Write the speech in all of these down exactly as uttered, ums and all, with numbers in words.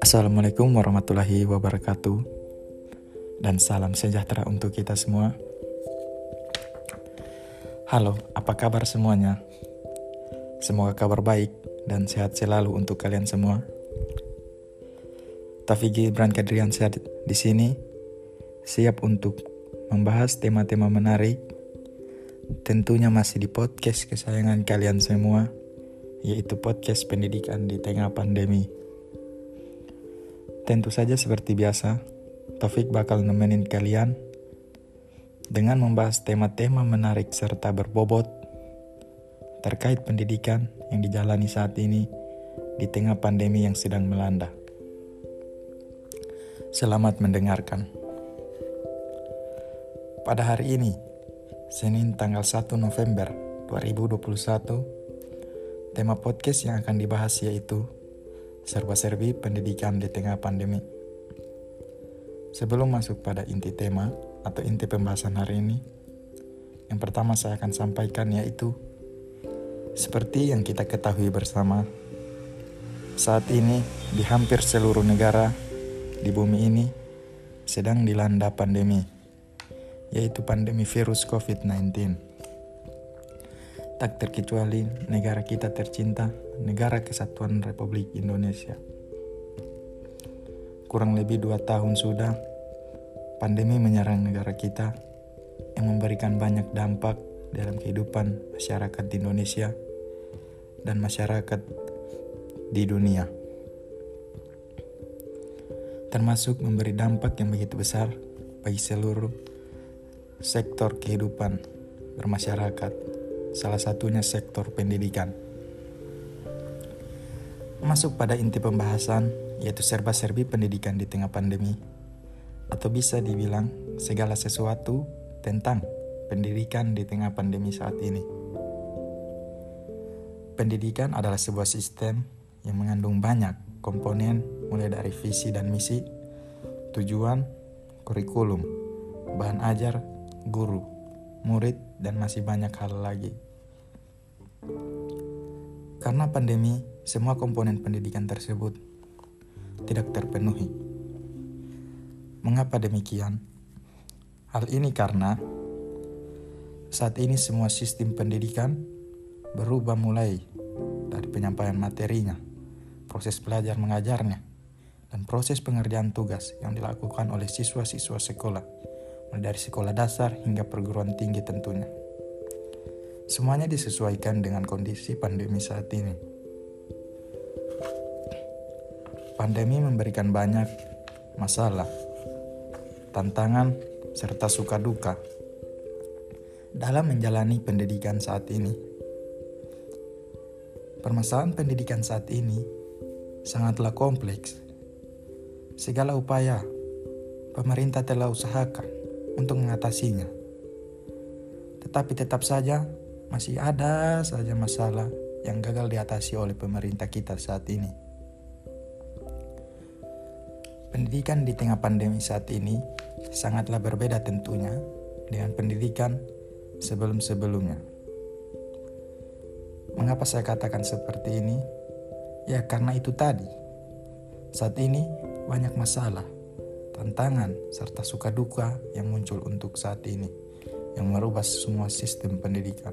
Assalamualaikum warahmatullahi wabarakatuh, dan salam sejahtera untuk kita semua. Halo, apa kabar semuanya? Semoga kabar baik dan sehat selalu untuk kalian semua. Taufik Gibran Kadriansyah di sini, siap untuk membahas tema-tema menarik. Tentunya masih di podcast kesayangan kalian semua, yaitu podcast pendidikan di tengah pandemi. Tentu saja seperti biasa, Taufik bakal nemenin kalian dengan membahas tema-tema menarik serta berbobot terkait pendidikan yang dijalani saat ini di tengah pandemi yang sedang melanda. Selamat mendengarkan. Pada hari ini, Senin tanggal satu November dua ribu dua puluh satu, tema podcast yang akan dibahas yaitu serba-serbi pendidikan di tengah pandemi. Sebelum masuk pada inti tema atau inti pembahasan hari ini, yang pertama saya akan sampaikan yaitu seperti yang kita ketahui bersama, saat ini di hampir seluruh negara di bumi ini sedang dilanda pandemi, yaitu pandemi virus covid sembilan belas. Tak terkecuali negara kita tercinta, Negara Kesatuan Republik Indonesia. Kurang lebih dua tahun sudah pandemi menyerang negara kita yang memberikan banyak dampak dalam kehidupan masyarakat di Indonesia dan masyarakat di dunia. Termasuk memberi dampak yang begitu besar bagi seluruh sektor kehidupan bermasyarakat, salah satunya sektor pendidikan. Masuk pada inti pembahasan, yaitu serba-serbi pendidikan di tengah pandemi, atau bisa dibilang segala sesuatu tentang pendidikan di tengah pandemi saat ini. Pendidikan adalah sebuah sistem yang mengandung banyak komponen, mulai dari visi dan misi, tujuan, kurikulum, bahan ajar, guru, murid, dan masih banyak hal lagi. Karena pandemi, semua komponen pendidikan tersebut tidak terpenuhi. Mengapa demikian? Hal ini karena saat ini semua sistem pendidikan berubah, mulai dari penyampaian materinya, proses belajar mengajarnya, dan proses pengerjaan tugas yang dilakukan oleh siswa-siswa sekolah, mulai dari sekolah dasar hingga perguruan tinggi tentunya. Semuanya disesuaikan dengan kondisi pandemi saat ini. Pandemi memberikan banyak masalah, tantangan, serta suka duka dalam menjalani pendidikan saat ini. Permasalahan pendidikan saat ini sangatlah kompleks. Segala upaya pemerintah telah usahakan untuk mengatasinya, tetapi tetap saja masih ada saja masalah yang gagal diatasi oleh pemerintah kita saat ini. Pendidikan di tengah pandemi saat ini sangatlah berbeda tentunya dengan pendidikan sebelum-sebelumnya. Mengapa saya katakan seperti ini? Ya karena itu tadi, saat ini banyak masalah, tantangan, serta suka duka yang muncul untuk saat ini, yang merubah semua sistem pendidikan.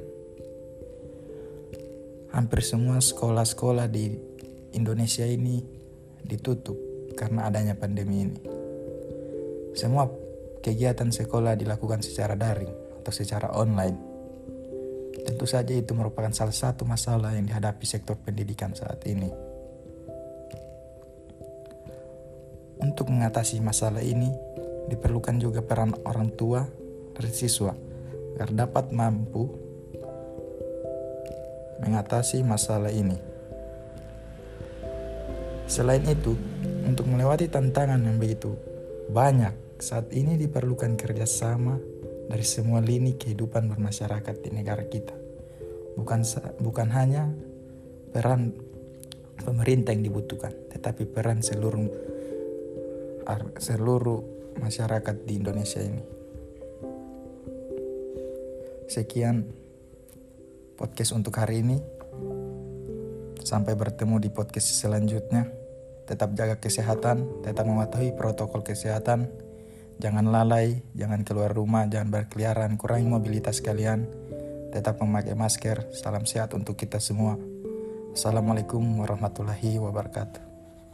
Hampir semua sekolah-sekolah di Indonesia ini ditutup karena adanya pandemi ini. Semua kegiatan sekolah dilakukan secara daring atau secara online. Tentu saja itu merupakan salah satu masalah yang dihadapi sektor pendidikan saat ini. Untuk mengatasi masalah ini, diperlukan juga peran orang tua dari siswa agar dapat mampu mengatasi masalah ini. Selain itu, untuk melewati tantangan yang begitu banyak, saat ini diperlukan kerjasama dari semua lini kehidupan bermasyarakat di negara kita. Bukan bukan hanya peran pemerintah yang dibutuhkan, tetapi peran seluruh seluruh masyarakat di Indonesia ini. Sekian podcast untuk hari ini. Sampai bertemu di podcast selanjutnya. tetap jaga kesehatan, tetap mematuhi protokol kesehatan. Jangan lalai, jangan keluar rumah, jangan berkeliaran, kurangi mobilitas kalian. Tetap memakai masker. Salam sehat untuk kita semua. Assalamualaikum warahmatullahi wabarakatuh.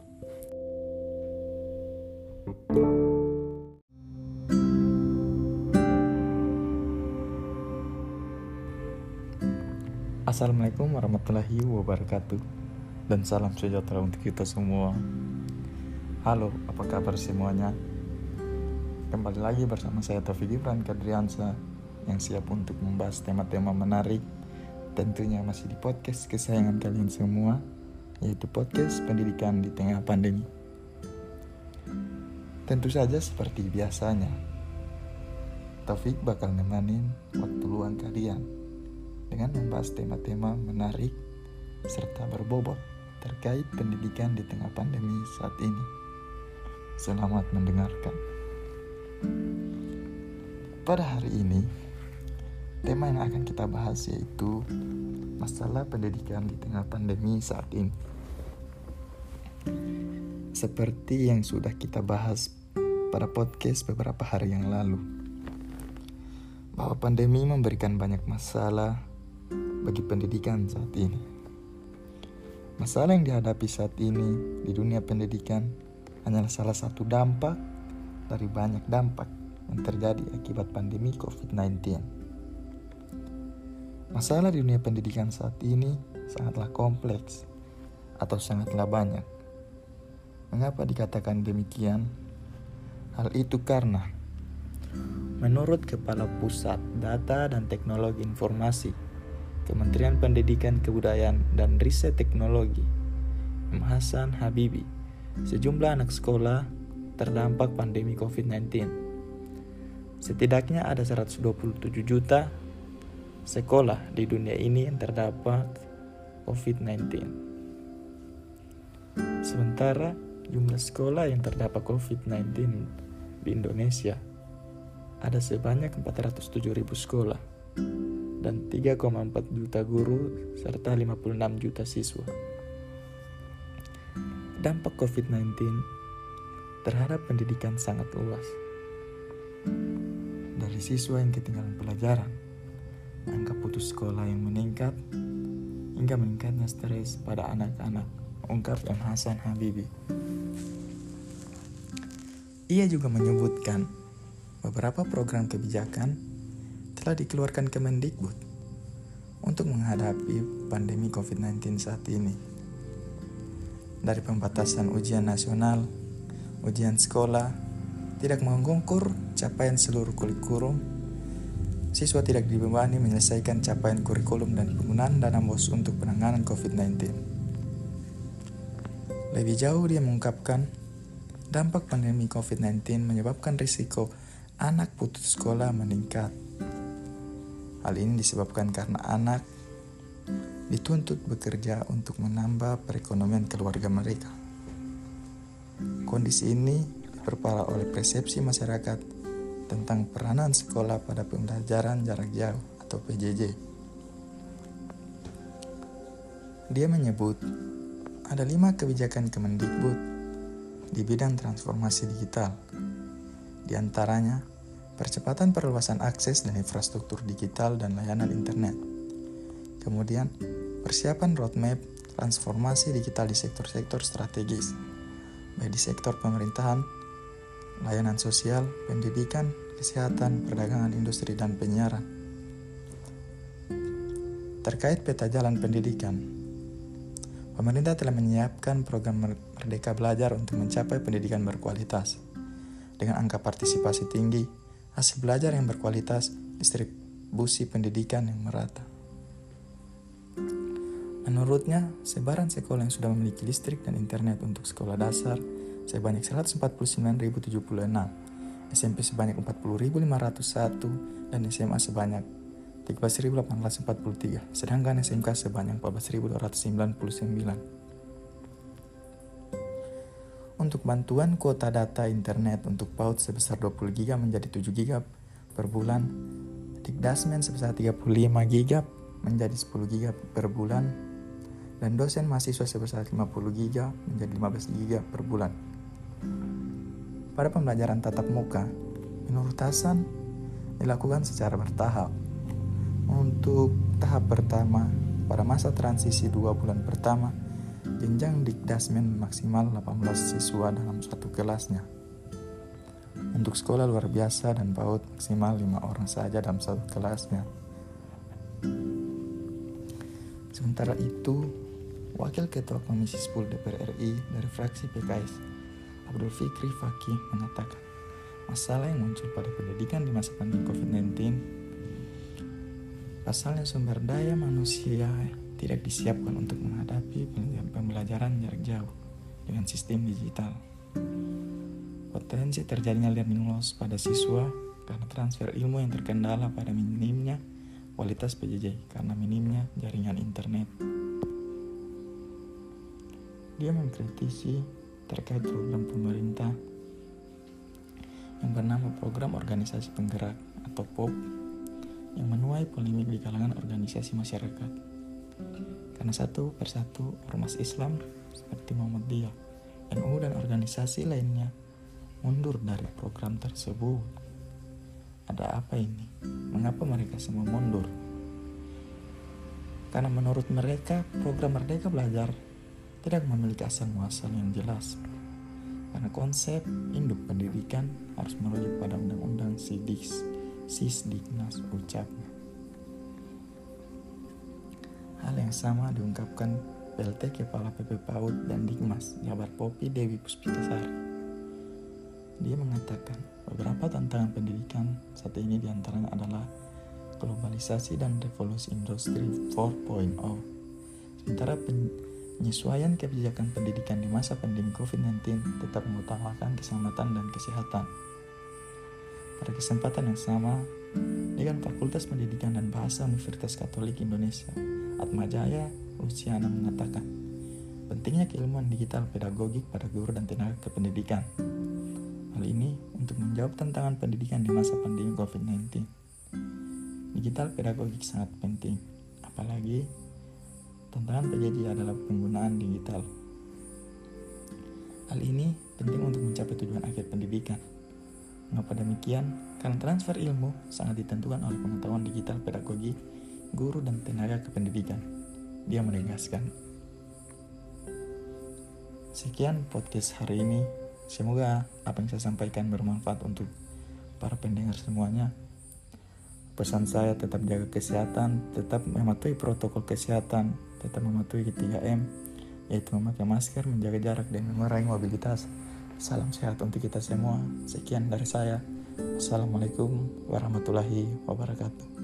Assalamualaikum warahmatullahi wabarakatuh. Dan salam sejahtera untuk kita semua. Halo, apa kabar semuanya? Kembali lagi bersama saya Taufik Ibran Kadriansa yang siap untuk membahas tema-tema menarik. Tentunya masih di podcast kesayangan kalian semua, yaitu podcast pendidikan di tengah pandemi. Tentu saja seperti biasanya, Taufik bakal nemanin waktu luang kalian dengan membahas tema-tema menarik serta berbobot terkait pendidikan di tengah pandemi saat ini. Selamat mendengarkan. Pada hari ini, tema yang akan kita bahas yaitu masalah pendidikan di tengah pandemi saat ini. Seperti yang sudah kita bahas pada podcast beberapa hari yang lalu, bahwa pandemi memberikan banyak masalah bagi pendidikan saat ini. Masalah yang dihadapi saat ini di dunia pendidikan hanyalah salah satu dampak dari banyak dampak yang terjadi akibat pandemi covid sembilan belas. Masalah di dunia pendidikan saat ini sangatlah kompleks atau sangatlah banyak. Mengapa dikatakan demikian? Hal itu karena menurut Kepala Pusat Data dan Teknologi Informasi Kementerian Pendidikan, Kebudayaan, dan Riset Teknologi, M. Hasan Habibi, sejumlah anak sekolah terdampak pandemi covid sembilan belas. Setidaknya ada seratus dua puluh tujuh juta sekolah di dunia ini yang terdampak covid sembilan belas. Sementara jumlah sekolah yang terdampak covid sembilan belas di Indonesia ada sebanyak empat ratus tujuh ribu sekolah dan tiga koma empat juta guru serta lima puluh enam juta siswa. Dampak covid sembilan belas terhadap pendidikan sangat luas. Dari siswa yang ketinggalan pelajaran, angka putus sekolah yang meningkat, hingga meningkatnya stres pada anak-anak, ungkap M. Hasan Habibi. Ia juga menyebutkan beberapa program kebijakan telah dikeluarkan Kemendikbud untuk menghadapi pandemi covid sembilan belas saat ini. Dari pembatasan ujian nasional, ujian sekolah, tidak mengungkur capaian seluruh kurikulum, siswa tidak dibebani menyelesaikan capaian kurikulum dan penggunaan dana B O S untuk penanganan covid sembilan belas. Lebih jauh dia mengungkapkan, dampak pandemi covid sembilan belas menyebabkan risiko anak putus sekolah meningkat. Hal ini disebabkan karena anak dituntut bekerja untuk menambah perekonomian keluarga mereka. Kondisi ini diperparah oleh persepsi masyarakat tentang peranan sekolah pada pembelajaran jarak jauh atau P J J. Dia menyebut ada lima kebijakan Kemendikbud di bidang transformasi digital. Di antaranya, percepatan perluasan akses dan infrastruktur digital dan layanan internet. Kemudian, persiapan roadmap transformasi digital di sektor-sektor strategis, baik di sektor pemerintahan, layanan sosial, pendidikan, kesehatan, perdagangan, industri, dan penyiaran. Terkait peta jalan pendidikan, pemerintah telah menyiapkan program Merdeka Belajar untuk mencapai pendidikan berkualitas. Dengan angka partisipasi tinggi, hasil belajar yang berkualitas, distribusi pendidikan yang merata. Menurutnya, sebaran sekolah yang sudah memiliki listrik dan internet untuk sekolah dasar sebanyak seratus empat puluh sembilan ribu tujuh puluh enam, S M P sebanyak empat puluh ribu lima ratus satu, dan S M A sebanyak tiga belas ribu delapan ratus empat puluh tiga, sedangkan S M K sebanyak empat belas ribu dua ratus sembilan puluh sembilan. Untuk bantuan kuota data internet untuk PAUD sebesar dua puluh giga menjadi tujuh giga per bulan, Dikdasmen sebesar tiga puluh lima giga menjadi sepuluh giga per bulan, dan dosen mahasiswa sebesar lima puluh giga menjadi lima belas giga per bulan. Pada pembelajaran tatap muka, menurut Hasan, dilakukan secara bertahap. Untuk tahap pertama, pada masa transisi dua bulan pertama, jenjang Dikdasmen maksimal delapan belas siswa dalam satu kelasnya. Untuk sekolah luar biasa dan PAUD maksimal lima orang saja dalam satu kelasnya. Sementara itu, Wakil Ketua Komisi sepuluh D P R R I dari fraksi P K S, Abdul Fikri Fakih mengatakan, masalah yang muncul pada pendidikan di masa pandemi covid sembilan belas, pasalnya sumber daya manusia tidak disiapkan untuk menghadapi pembelajaran jarak jauh dengan sistem digital. Potensi terjadinya learning loss pada siswa karena transfer ilmu yang terkendala pada minimnya kualitas P J J karena minimnya jaringan internet. Dia mengkritisi terkait program pemerintah yang bernama Program Organisasi Penggerak atau P O P yang menuai polemik di kalangan organisasi masyarakat. Karena satu persatu ormas Islam seperti Muhammadiyah, N U dan organisasi lainnya mundur dari program tersebut. Ada apa ini? Mengapa mereka semua mundur? Karena menurut mereka program Merdeka Belajar tidak memiliki asal muasal yang jelas. Karena konsep induk pendidikan harus merujuk pada Undang-Undang Sidiks, Sisdiknas ucapnya. Hal yang sama diungkapkan P L T Kepala P P PAUD dan Dikmas Jabar Popi Dewi Puspitasari. Dia mengatakan beberapa tantangan pendidikan saat ini diantaranya adalah globalisasi dan revolusi industri empat titik nol. Sementara penyesuaian kebijakan pendidikan di masa pandemi covid sembilan belas tetap mengutamakan keselamatan dan kesehatan. Pada kesempatan yang sama, Dekan Fakultas Pendidikan dan Bahasa Universitas Katolik Indonesia, Atmajaya Luciana mengatakan, pentingnya keilmuan digital pedagogik pada guru dan tenaga kependidikan. Hal ini untuk menjawab tantangan pendidikan di masa pandemi covid sembilan belas. Digital pedagogik sangat penting, apalagi tantangan P J J adalah penggunaan digital. Hal ini penting untuk mencapai tujuan akhir pendidikan. Mengapa demikian? Karena transfer ilmu sangat ditentukan oleh pengetahuan digital pedagogi, guru dan tenaga kependidikan. Dia menegaskan. Sekian podcast hari ini. Semoga apa yang saya sampaikan bermanfaat untuk para pendengar semuanya. Pesan saya tetap jaga kesehatan, tetap mematuhi protokol kesehatan, tetap mematuhi tiga M, yaitu memakai masker, menjaga jarak, dan mengurangi mobilitas. Salam sehat untuk kita semua. Sekian dari saya. Assalamualaikum warahmatullahi wabarakatuh.